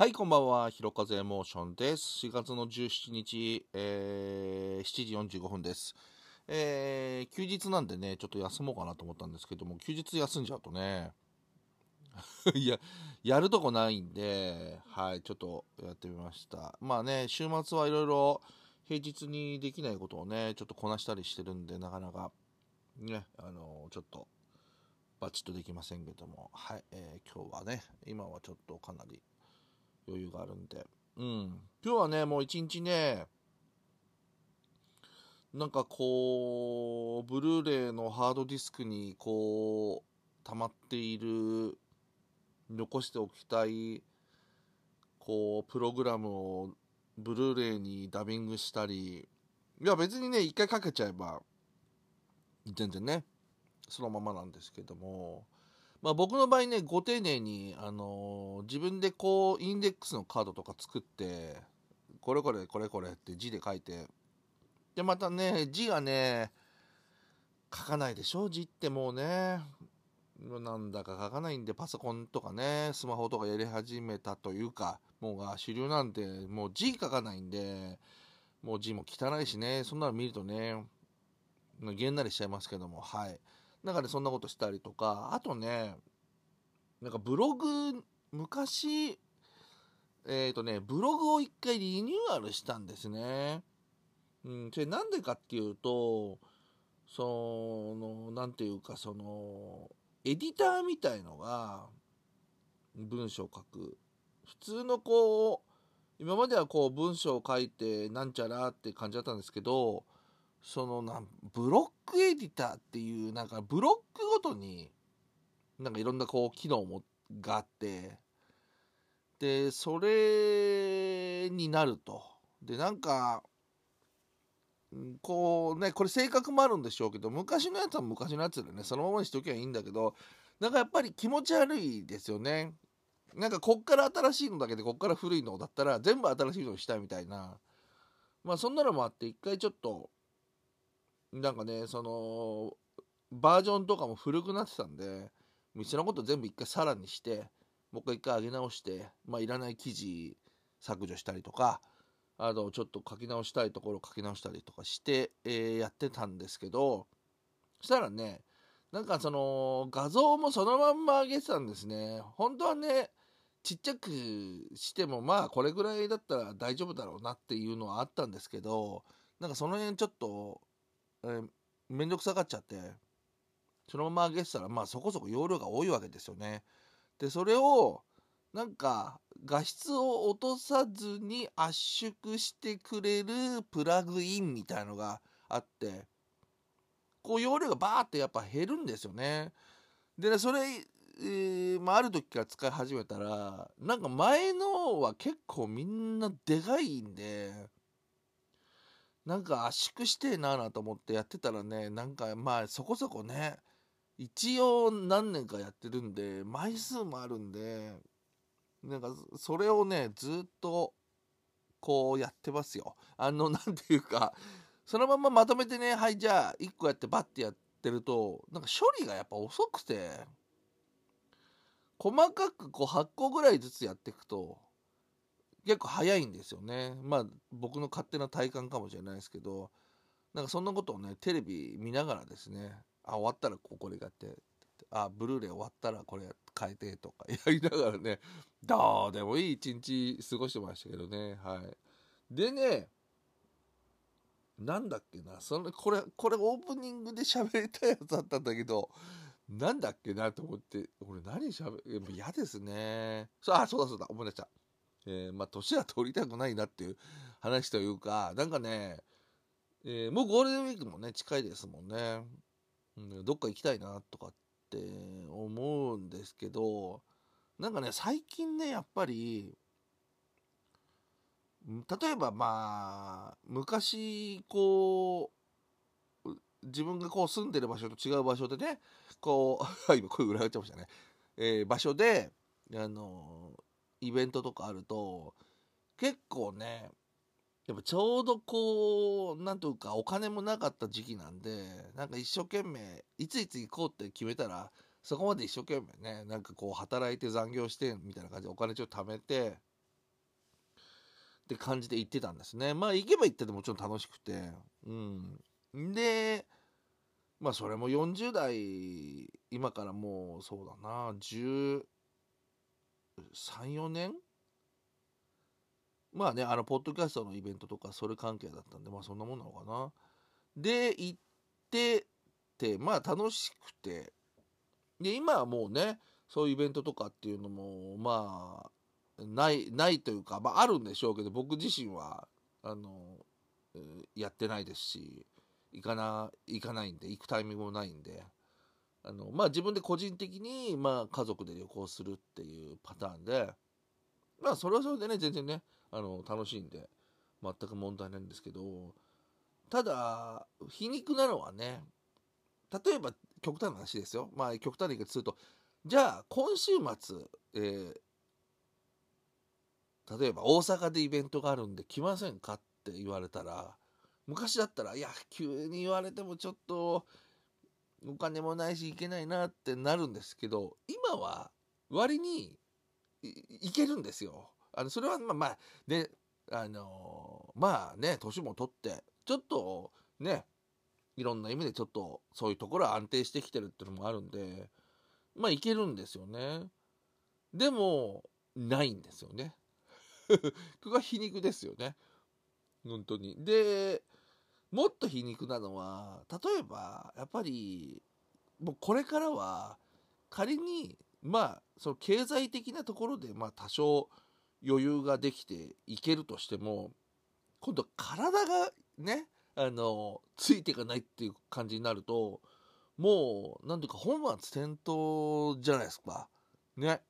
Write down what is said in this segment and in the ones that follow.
はい、こんばんは。ひろかぜエモーションです。4月の17日、7時45分です。休日なんでね、ちょっと休もうかなと思ったんですけども、休日休んじゃうとね、いや、やるとこないんで、はい、ちょっとやってみました。まあね、週末はいろいろ平日にできないことをね、ちょっとこなしたりしてるんで、なかなか、ね、ちょっと、バチッとできませんけども、はい、今日はね、今はちょっとかなり余裕があるんで、今日はね、もう一日ね、なんかこう、ブルーレイのハードディスクにこう、溜まっている、残しておきたい、こう、プログラムをブルーレイにダビングしたり、いや別にね、一回かけちゃえば、全然ね、そのままなんですけども、まあ僕の場合ね、ご丁寧に、自分でこう、インデックスのカードとか作って、これこれこれこれって字で書いて、で、またね、字がね、書かないでしょ、字ってもうね。なんだか書かないんで、パソコンとかね、スマホとかやり始めたというか、もうが主流なんで、もう字書かないんで、もう字も汚いしね、そんなの見るとね、げんなりしちゃいますけども、はい。だからそんなことしたりとか、あとね、なんかブログ、昔、ブログを一回リニューアルしたんですね。それなんでかっていうと、なんていうか、エディターみたいのが文章を書く。普通のこう、今まではこう文章を書いてなんちゃらって感じだったんですけど、ブロックエディターっていう、なんかブロックごとに、なんかいろんなこう機能があって、で、それになると。で、なんか、こうね、これ性格もあるんでしょうけど、昔のやつは昔のやつでね、そのままにしときゃいいんだけど、なんかやっぱり気持ち悪いですよね。なんかこっから新しいのだけでこっから古いのだったら全部新しいのにしたいみたいな。まあそんなのもあって一回ちょっと、なんかね、バージョンとかも古くなってたんで、店のこと全部一回さらにして、もう一回上げ直して、まあいらない記事削除したりとか、ちょっと書き直したいところ書き直したりとかして、やってたんですけど、そしたらね、なんか画像もそのまんま上げてたんですね。本当はね、ちっちゃくしてもまあこれぐらいだったら大丈夫だろうなっていうのはあったんですけど、なんかその辺ちょっと、めんどくさがっちゃって、そのまま上げてたらまあそこそこ容量が多いわけですよね。で、それを、なんか、画質を落とさずに圧縮してくれるプラグインみたいのがあって、こう容量がバーってやっぱ減るんですよね。でね、それ、まあ、ある時から使い始めたら、なんか前のは結構みんなでかいんで、なんか圧縮してえなぁなと思ってやってたらね、なんかまあそこそこね、一応何年かやってるんで、枚数もあるんで、なんかそれをねずっとこうやってますよ。なんていうか、そのまままとめてね、はいじゃあ1個やってバッてやってるとなんか処理がやっぱ遅くて、細かくこう8個ぐらいずつやっていくと結構早いんですよね。まあ僕の勝手な体感かもしれないですけど、なんかそんなことをねテレビ見ながらですね、終わったらこれやって、ブルーレイ終わったらこれ変えてとかやりながらね、どうでもいい一日過ごしてましたけどね。はい。でね、なんだっけな、これオープニングで喋りたいやつだったんだけど、なんだっけなと思って、俺何喋る、やっぱ嫌ですね。そうだ、思い出した。まあ、年は取りたくないなっていう話というか、なんかね、もうゴールデンウィークもね、近いですもんね。どっか行きたいなとかって思うんですけど、なんかね、最近ね、やっぱり、例えばまあ、昔、こう、自分がこう住んでる場所と違う場所でね、こう、今声裏返っちゃいましたね。場所で、あの、イベントとかあると、結構ね、やっぱちょうどこう、なんというかお金もなかった時期なんで、なんか一生懸命、いついつ行こうって決めたら、そこまで一生懸命ね、なんかこう働いて残業してみたいな感じでお金ちょっと貯めて、 って感じで行ってたんですね。まあ行けば行ってでもちろん楽しくて、でまあそれも40代、今からもうそうだな、13、4年、まあね、ポッドキャストのイベントとかそれ関係だったんで、まあそんなもんなのかな。で行ってて、まあ楽しくて、で今はもうね、そういうイベントとかっていうのもまあないというか、まああるんでしょうけど、僕自身はやってないですし、行かないんで、行くタイミングもないんで、まあ自分で個人的にまあ家族で旅行するっていうパターンで、まあそれはそれでね、全然ね、楽しいんで全く問題ないんですけど、ただ皮肉なのはね、例えば極端な話ですよ、まあ極端な言い方すると、じゃあ今週末、例えば大阪でイベントがあるんで来ませんかって言われたら、昔だったらいや急に言われてもちょっとお金もないし行けないなってなるんですけど、今は割に行けるんですよ。それはまあね、まあね、年も取ってちょっとね、いろんな意味でちょっとそういうところは安定してきてるっていうのもあるんで、まあ行けるんですよね。でもないんですよね。ここが皮肉ですよね、本当に。でもっと皮肉なのは、例えばやっぱりもうこれからは仮にまあその経済的なところでまあ多少余裕ができていけるとしても、今度体がね、ついていかないっていう感じになると、もうなんていうか本末転倒じゃないですかね。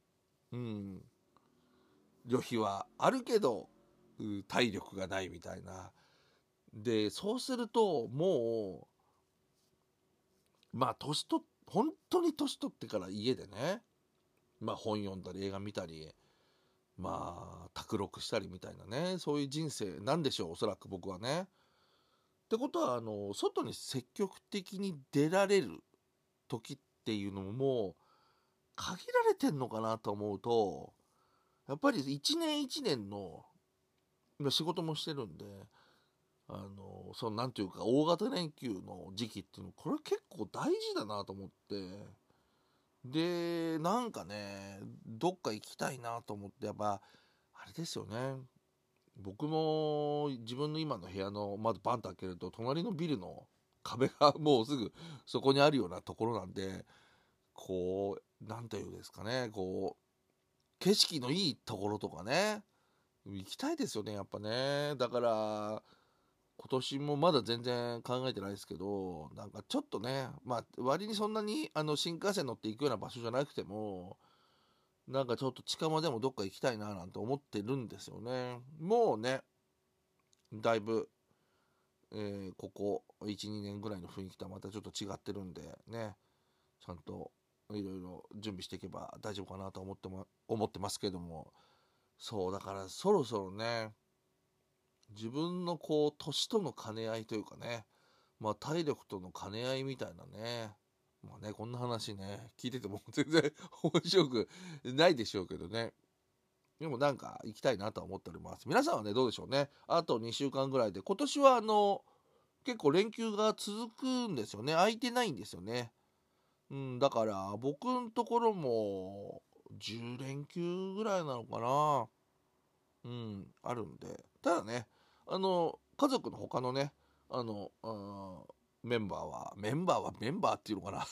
旅費はあるけど体力がないみたいな。でそうするともうまあ本当に年取ってから家でね、まあ本読んだり映画見たり、まあ卓録したりみたいなね、そういう人生なんでしょう、おそらく僕はね。ってことは外に積極的に出られる時っていうのももう限られてんのかなと思うと、やっぱり一年一年の今仕事もしてるんで、そのなんていうか大型連休の時期っていうの、これ結構大事だなと思って、でなんかね、どっか行きたいなと思って、やっぱあれですよね、僕も自分の今の部屋の窓バンと開けると隣のビルの壁がもうすぐそこにあるようなところなんで、こうなんていうんですかね、こう景色のいいところとかね行きたいですよね、やっぱね。だから今年もまだ全然考えてないですけど、なんかちょっとね、まあ割にそんなに新幹線乗って行くような場所じゃなくても、なんかちょっと近場でもどっか行きたいななんて思ってるんですよね。もうね、だいぶ、ここ1、2年ぐらいの雰囲気とはまたちょっと違ってるんでね、ちゃんといろいろ準備していけば大丈夫かなと思ってますけども、そうだからそろそろね、自分のこう年との兼ね合いというかね、まあ体力との兼ね合いみたいなね、まあね、こんな話ね聞いてても全然面白くないでしょうけどね、でもなんか行きたいなとは思っております。皆さんはねどうでしょうね。あと2週間ぐらいで、今年は結構連休が続くんですよね。空いてないんですよね。だから僕のところも10連休ぐらいなのかな。あるんで。ただね、家族の他のね、メンバーは、メンバーっていうのかな。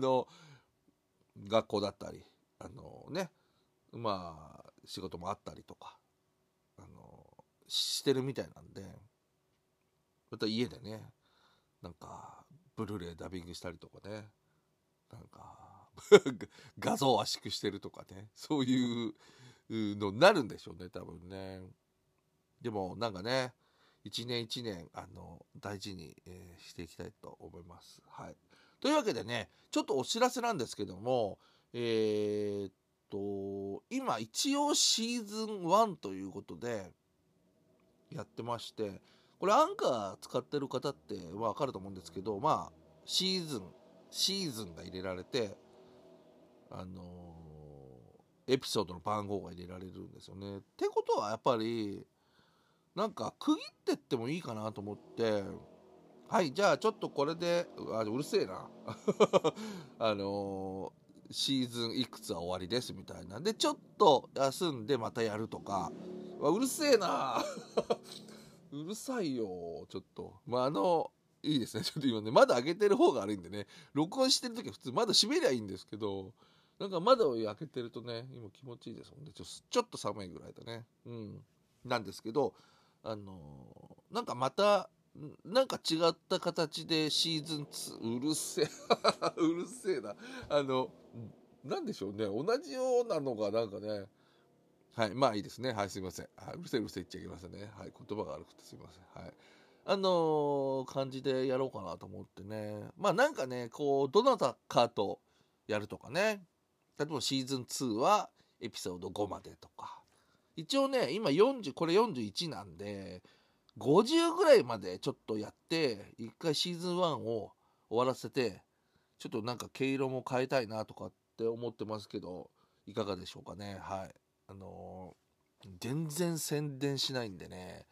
学校だったり、ね、まあ、仕事もあったりとか、してるみたいなんで、また家でね、なんか、ブルーレイダビングしたりとかね、なんか画像圧縮してるとかね、そういうのになるんでしょうね、多分ね。でもなんかね、一年一年大事に、していきたいと思います。はい。というわけでね、ちょっとお知らせなんですけども、今一応シーズン1ということでやってまして、これアンカー使ってる方ってわかると思うんですけど、まあシーズンが入れられて、エピソードの番号が入れられるんですよね。ってことはやっぱりなんか区切ってってもいいかなと思って、はい、じゃあちょっとこれで、うるせえな。シーズンいくつは終わりですみたいな。で、ちょっと休んでまたやるとか。うるせえな。うるさいよ、ちょっと。いいですね。ちょっと今ね、窓開けてる方が悪いんでね、録音してるときは普通窓閉めりゃいいんですけど、なんか窓を開けてるとね、今気持ちいいですもんね。ちょっと寒いぐらいだね。うん。なんですけど、なんかまた、なんか違った形でシーズン2、うるせえ、うるせえな。なんでしょうね。同じようなのがなんかね、はい、まあいいですね。はい、すいません。はい、うるせえうるせえ言っちゃいけませんね。はい、言葉が悪くてすいません。はい。感じでやろうかなと思ってね。まあなんかね、こう、どなたかとやるとかね。例えばシーズン2はエピソード5までとか。一応ね、今40、これ41なんで、50ぐらいまでちょっとやって、一回シーズン1を終わらせて、ちょっとなんか毛色も変えたいなとかって思ってますけど、いかがでしょうかね。はい。全然宣伝しないんでね、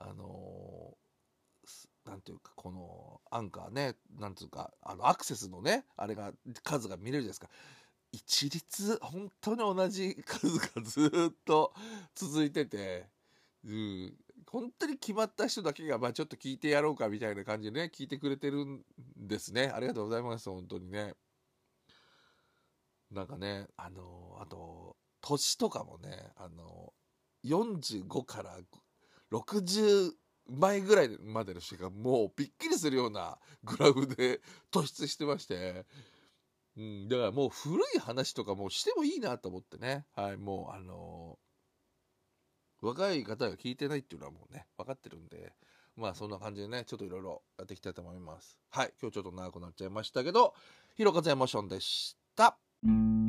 なんていうか、このアンカーね、なんていうか、アクセスのね、あれが、数が見れるじゃないですか。一律、本当に同じ数がずっと続いてて、うん、本当に決まった人だけが、まあちょっと聞いてやろうかみたいな感じでね、聞いてくれてるんですね。ありがとうございます、本当にね。なんかね、あと、年とかもね、45から60前ぐらいまでの人がもうびっくりするようなグラフで突出してまして、うん、だからもう古い話とかもしてもいいなと思ってね、はい、もう若い方が聞いてないっていうのはもうね、分かってるんで、まあそんな感じでね、ちょっといろいろやっていきたいと思います。はい、今日ちょっと長くなっちゃいましたけど、ひろかずエモーションでした。